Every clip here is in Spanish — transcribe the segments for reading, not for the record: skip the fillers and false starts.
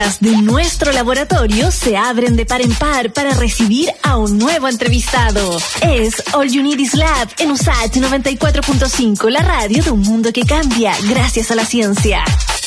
De nuestro laboratorio se abren de par en par para recibir a un nuevo entrevistado. Es All You Need Is Lab en USACH 94.5, la radio de un mundo que cambia gracias a la ciencia.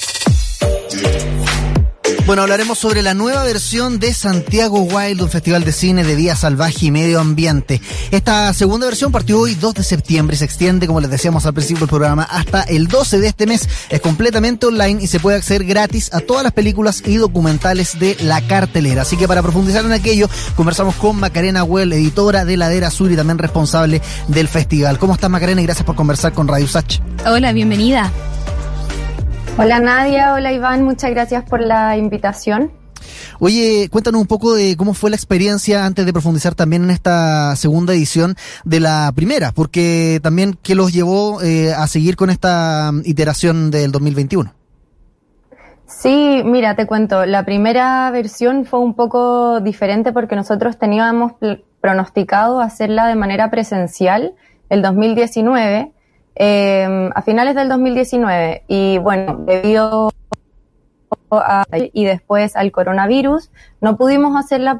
Bueno, hablaremos sobre la nueva versión de Santiago Wild, un festival de cine de vida salvaje y medio ambiente. Esta segunda versión partió hoy 2 de septiembre y se extiende, como les decíamos al principio del programa, hasta el 12 de este mes. Es completamente online y se puede acceder gratis a todas las películas y documentales de la cartelera. Así que para profundizar en aquello, conversamos con Macarena Well, editora de Ladera Sur y también responsable del festival. ¿Cómo estás, Macarena? Y gracias por conversar con Radio USACH. Hola, bienvenida. Hola Nadia, hola Iván, muchas gracias por la invitación. Oye, cuéntanos un poco de cómo fue la experiencia antes de profundizar también en esta segunda edición de la primera, porque también qué los llevó a seguir con esta iteración del 2021. Sí, mira, te cuento, la primera versión fue un poco diferente porque nosotros teníamos pronosticado hacerla de manera presencial el 2019, a finales del 2019, y bueno, debido y después al coronavirus, no pudimos hacerla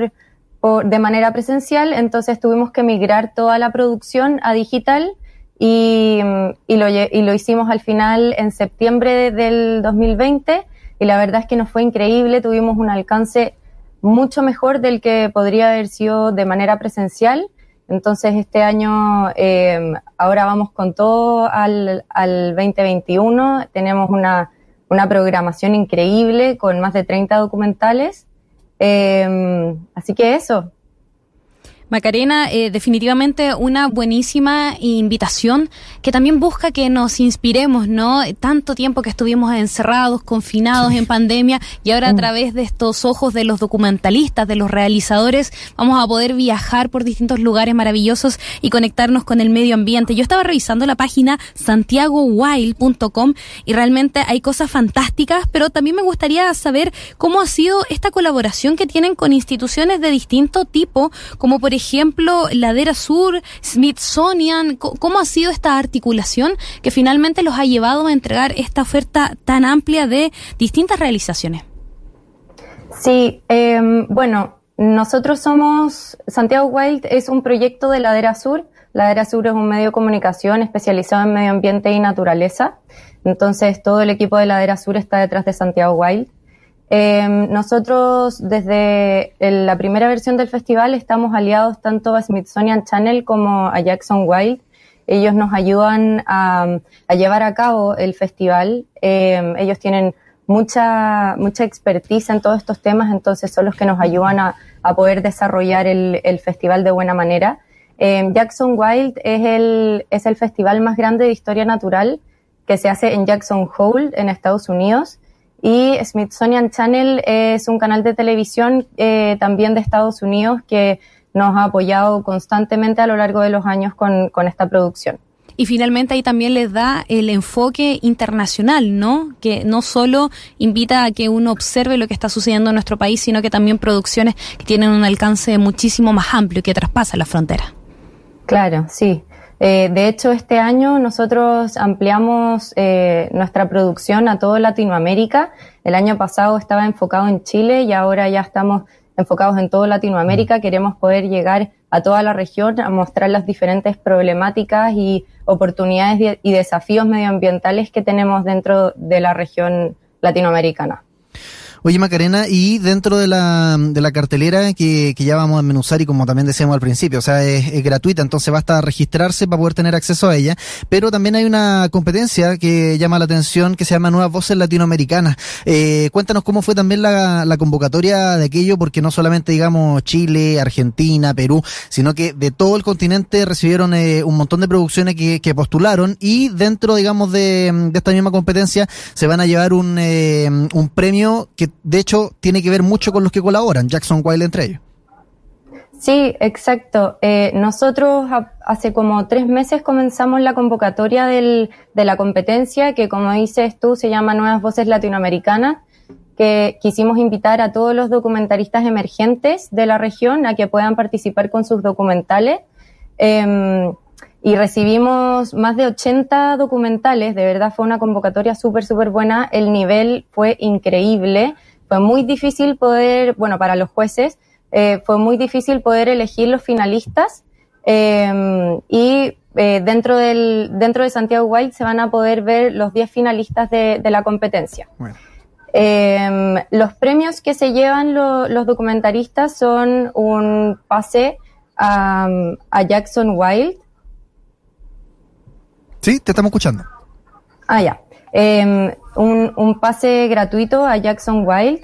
de manera presencial, entonces tuvimos que migrar toda la producción a digital y lo hicimos al final en septiembre del 2020 y la verdad es que nos fue increíble, tuvimos un alcance mucho mejor del que podría haber sido de manera presencial. Entonces este año ahora vamos con todo al 2021, tenemos una programación increíble con más de 30 documentales, así que eso. Macarena, definitivamente una buenísima invitación que también busca que nos inspiremos, ¿no? Tanto tiempo que estuvimos encerrados, confinados en pandemia y ahora a través de estos ojos de los documentalistas, de los realizadores, vamos a poder viajar por distintos lugares maravillosos y conectarnos con el medio ambiente. Yo estaba revisando la página santiagowild.com y realmente hay cosas fantásticas, pero también me gustaría saber cómo ha sido esta colaboración que tienen con instituciones de distinto tipo, como por ejemplo, Ladera Sur, Smithsonian. ¿Cómo ha sido esta articulación que finalmente los ha llevado a entregar esta oferta tan amplia de distintas realizaciones? Sí, bueno, nosotros Santiago Wild es un proyecto de Ladera Sur. Ladera Sur es un medio de comunicación especializado en medio ambiente y naturaleza. Entonces, todo el equipo de Ladera Sur está detrás de Santiago Wild. Nosotros desde la primera versión del festival estamos aliados tanto a Smithsonian Channel como a Jackson Wild. Ellos nos ayudan a llevar a cabo el festival. Ellos tienen mucha expertise en todos estos temas, entonces son los que nos ayudan a poder desarrollar el festival de buena manera. Jackson Wild es el festival más grande de historia natural que se hace en Jackson Hole, en Estados Unidos. Y Smithsonian Channel es un canal de televisión también de Estados Unidos que nos ha apoyado constantemente a lo largo de los años con esta producción. Y finalmente ahí también les da el enfoque internacional, ¿no? Que no solo invita a que uno observe lo que está sucediendo en nuestro país, sino que también producciones que tienen un alcance muchísimo más amplio y que traspasan la frontera. Claro, sí. De hecho, este año nosotros ampliamos nuestra producción a toda Latinoamérica. El año pasado estaba enfocado en Chile y ahora ya estamos enfocados en toda Latinoamérica. Queremos poder llegar a toda la región a mostrar las diferentes problemáticas y oportunidades y desafíos medioambientales que tenemos dentro de la región latinoamericana. Oye, Macarena, y dentro de la cartelera que ya vamos a desmenuzar y como también decíamos al principio, o sea, es gratuita, entonces basta registrarse para poder tener acceso a ella, pero también hay una competencia que llama la atención que se llama Nuevas Voces Latinoamericanas. Cuéntanos cómo fue también la convocatoria de aquello, porque no solamente, digamos, Chile, Argentina, Perú, sino que de todo el continente recibieron un montón de producciones que postularon y dentro, digamos, de esta misma competencia se van a llevar un premio que de hecho tiene que ver mucho con los que colaboran, Jackson Wild entre ellos. Sí, exacto. Nosotros hace como 3 meses comenzamos la convocatoria de la competencia, que como dices tú se llama Nuevas Voces Latinoamericanas, que quisimos invitar a todos los documentaristas emergentes de la región a que puedan participar con sus documentales. Y recibimos más de 80 documentales, de verdad fue una convocatoria súper buena, el nivel fue increíble, fue muy difícil poder, bueno, para los jueces, fue muy difícil poder elegir los finalistas, y dentro de Santiago Wild se van a poder ver los 10 finalistas de la competencia. Bueno. Los premios que se llevan los documentaristas son un pase a Jackson Wild. Sí, te estamos escuchando. Ya. Un pase gratuito a Jackson Wild,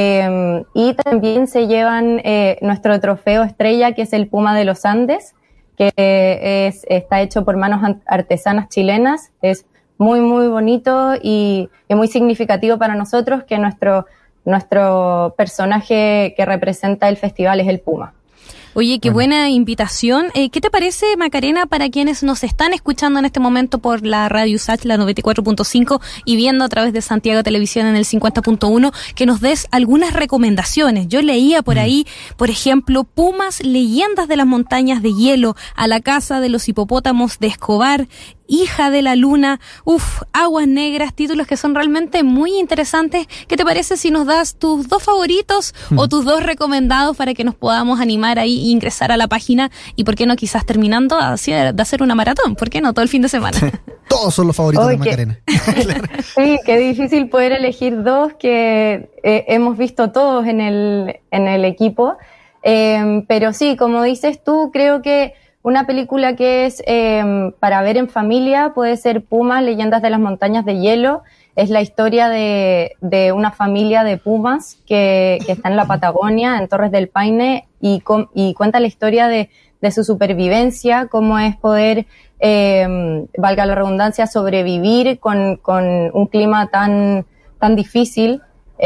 y también se llevan nuestro trofeo estrella, que es el Puma de los Andes, que está hecho por manos artesanas chilenas. Es muy, muy bonito y muy significativo para nosotros que nuestro personaje que representa el festival es el Puma. Oye, qué buena invitación. ¿Qué te parece, Macarena, para quienes nos están escuchando en este momento por la Radio USACH, la 94.5, y viendo a través de Santiago Televisión en el 50.1, que nos des algunas recomendaciones? Yo leía por ahí, por ejemplo, Pumas, leyendas de las montañas de hielo, A la casa de los hipopótamos de Escobar, Hija de la luna, Aguas negras, títulos que son realmente muy interesantes. ¿Qué te parece si nos das tus 2 favoritos o tus 2 recomendados para que nos podamos animar ahí e ingresar a la página? Y por qué no, quizás terminando de hacer una maratón, ¿por qué no? Todo el fin de semana. Todos son los favoritos de Macarena. Claro. Sí, qué difícil poder elegir 2 que hemos visto todos en el equipo. Pero sí, como dices tú, creo que una película que es para ver en familia puede ser Pumas, leyendas de las montañas de hielo. Es la historia de una familia de pumas que está en la Patagonia, en Torres del Paine, y cuenta la historia de su supervivencia, cómo es poder, valga la redundancia, sobrevivir con un clima tan difícil,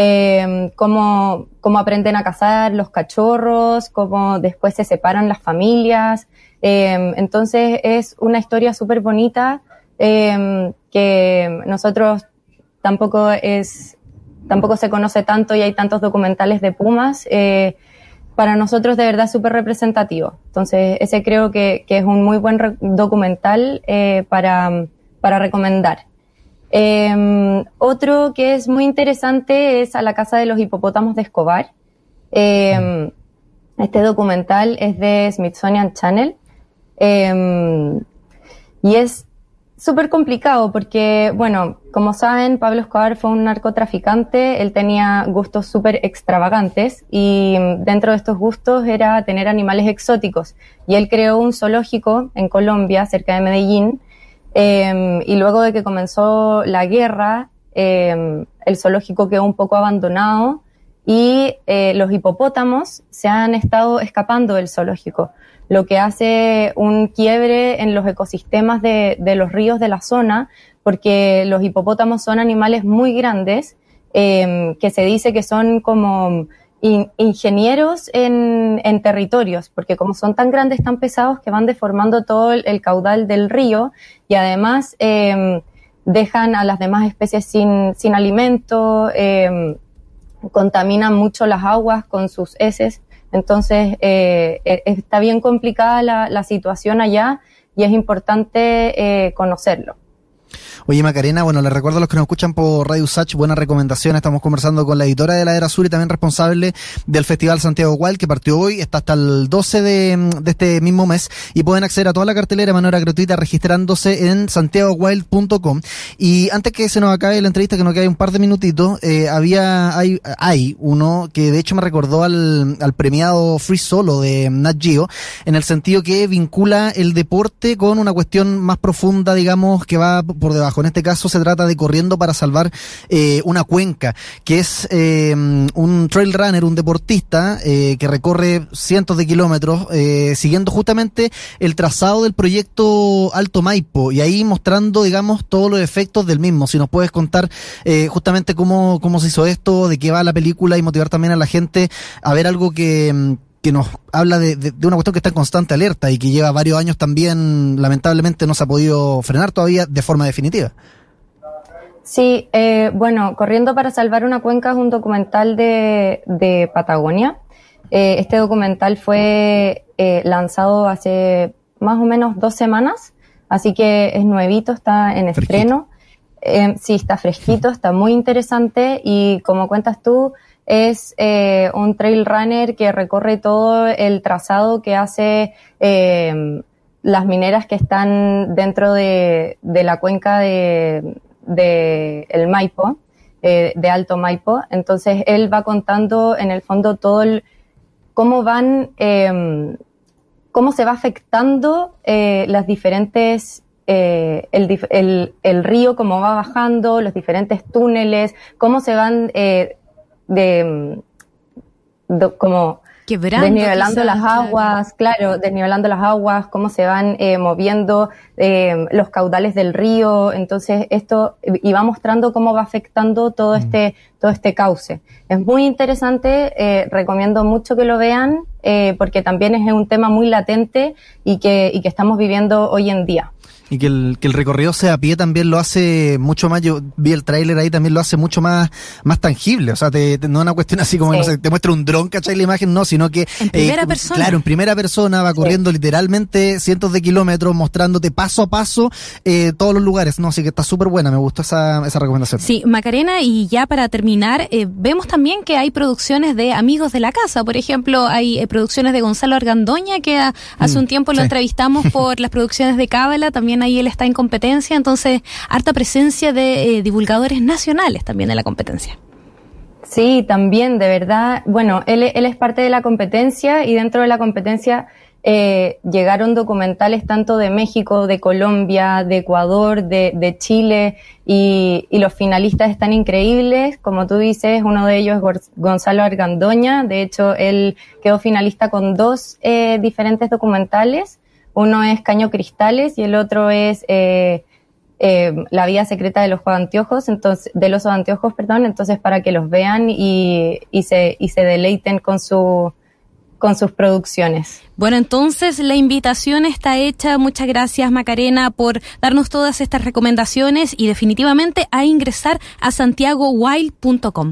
cómo aprenden a cazar los cachorros, cómo después se separan las familias. Entonces es una historia súper bonita, que nosotros tampoco se conoce tanto y hay tantos documentales de pumas. Para nosotros de verdad súper representativo. Entonces ese creo que es un muy buen documental para recomendar. Otro que es muy interesante es A la casa de los hipopótamos de Escobar. Este documental es de Smithsonian Channel, y es súper complicado porque, bueno, como saben, Pablo Escobar fue un narcotraficante. Él tenía gustos súper extravagantes y dentro de estos gustos era tener animales exóticos, y él creó un zoológico en Colombia, cerca de Medellín, y luego de que comenzó la guerra, el zoológico quedó un poco abandonado y los hipopótamos se han estado escapando del zoológico, lo que hace un quiebre en los ecosistemas de los ríos de la zona, porque los hipopótamos son animales muy grandes, que se dice que son como ingenieros en territorios, porque como son tan grandes, tan pesados, que van deformando todo el caudal del río, y además dejan a las demás especies sin alimento, contaminan mucho las aguas con sus heces. Entonces está bien complicada la situación allá, y es importante conocerlo. Oye, Macarena, bueno, les recuerdo a los que nos escuchan por Radio USACH, buena recomendación. Estamos conversando con la editora de La Era Sur y también responsable del Festival Santiago Wild, que partió hoy, está hasta el 12 de este mismo mes, y pueden acceder a toda la cartelera de manera gratuita registrándose en santiagowild.com. Y antes que se nos acabe la entrevista, que nos queda un par de minutitos, hay uno que de hecho me recordó al premiado Free Solo de Nat Geo, en el sentido que vincula el deporte con una cuestión más profunda, digamos, que va por debajo. En este caso se trata de Corriendo para salvar una cuenca, que es un trail runner, un deportista que recorre cientos de kilómetros siguiendo justamente el trazado del proyecto Alto Maipo, y ahí mostrando, digamos, todos los efectos del mismo. Si nos puedes contar justamente cómo se hizo esto, de qué va la película, y motivar también a la gente a ver algo que nos habla de una cuestión que está en constante alerta y que lleva varios años también, lamentablemente no se ha podido frenar todavía de forma definitiva. Sí, bueno, Corriendo para salvar una cuenca es un documental de Patagonia. Este documental fue lanzado hace más o menos 2 semanas, así que es nuevito, está en estreno. Sí, está fresquito, está muy interesante, y como cuentas tú, es un trail runner que recorre todo el trazado que hace las mineras que están dentro de la cuenca de el Maipo, de Alto Maipo. Entonces él va contando en el fondo todo cómo se va afectando las diferentes el río, cómo va bajando, los diferentes túneles, cómo se van como desnivelando las aguas, claro, desnivelando las aguas, cómo se van moviendo los caudales del río. Entonces esto, y va mostrando cómo va afectando todo este cauce. Es muy interesante, recomiendo mucho que lo vean, porque también es un tema muy latente y que estamos viviendo hoy en día. Y que el recorrido sea a pie también lo hace mucho más, yo vi el tráiler ahí, también lo hace mucho más tangible, o sea, no es una cuestión así como, sí, no sé, te muestra un dron, ¿cachai? La imagen, no, sino que... En primera persona. Claro, en primera persona va corriendo, sí, literalmente cientos de kilómetros, mostrándote paso a paso todos los lugares, no, así que está súper buena, me gustó esa recomendación. Sí, Macarena, y ya para terminar, vemos también que hay producciones de amigos de la casa, por ejemplo, hay producciones de Gonzalo Argandoña, que hace un tiempo lo entrevistamos por las producciones de Cábala, también ahí él está en competencia, entonces harta presencia de divulgadores nacionales también de la competencia. Sí, también, de verdad, bueno, él es parte de la competencia y dentro de la competencia llegaron documentales tanto de México, de Colombia, de Ecuador, de Chile y los finalistas están increíbles, como tú dices, uno de ellos es Gonzalo Argandoña, de hecho él quedó finalista con 2 diferentes documentales. Uno es Caño Cristales y el otro es La vida secreta de los anteojos, entonces para que los vean y se deleiten con sus producciones. Bueno, entonces la invitación está hecha. Muchas gracias, Macarena, por darnos todas estas recomendaciones y definitivamente a ingresar a santiagowild.com.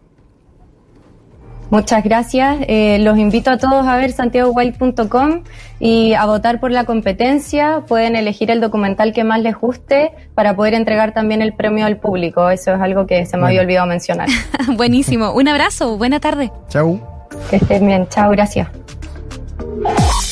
Muchas gracias. Los invito a todos a ver santiagowild.com y a votar por la competencia. Pueden elegir el documental que más les guste para poder entregar también el premio al público. Eso es algo que se me había olvidado mencionar. Buenísimo. Un abrazo. Buena tarde. Chau. Que estén bien. Chao. Gracias.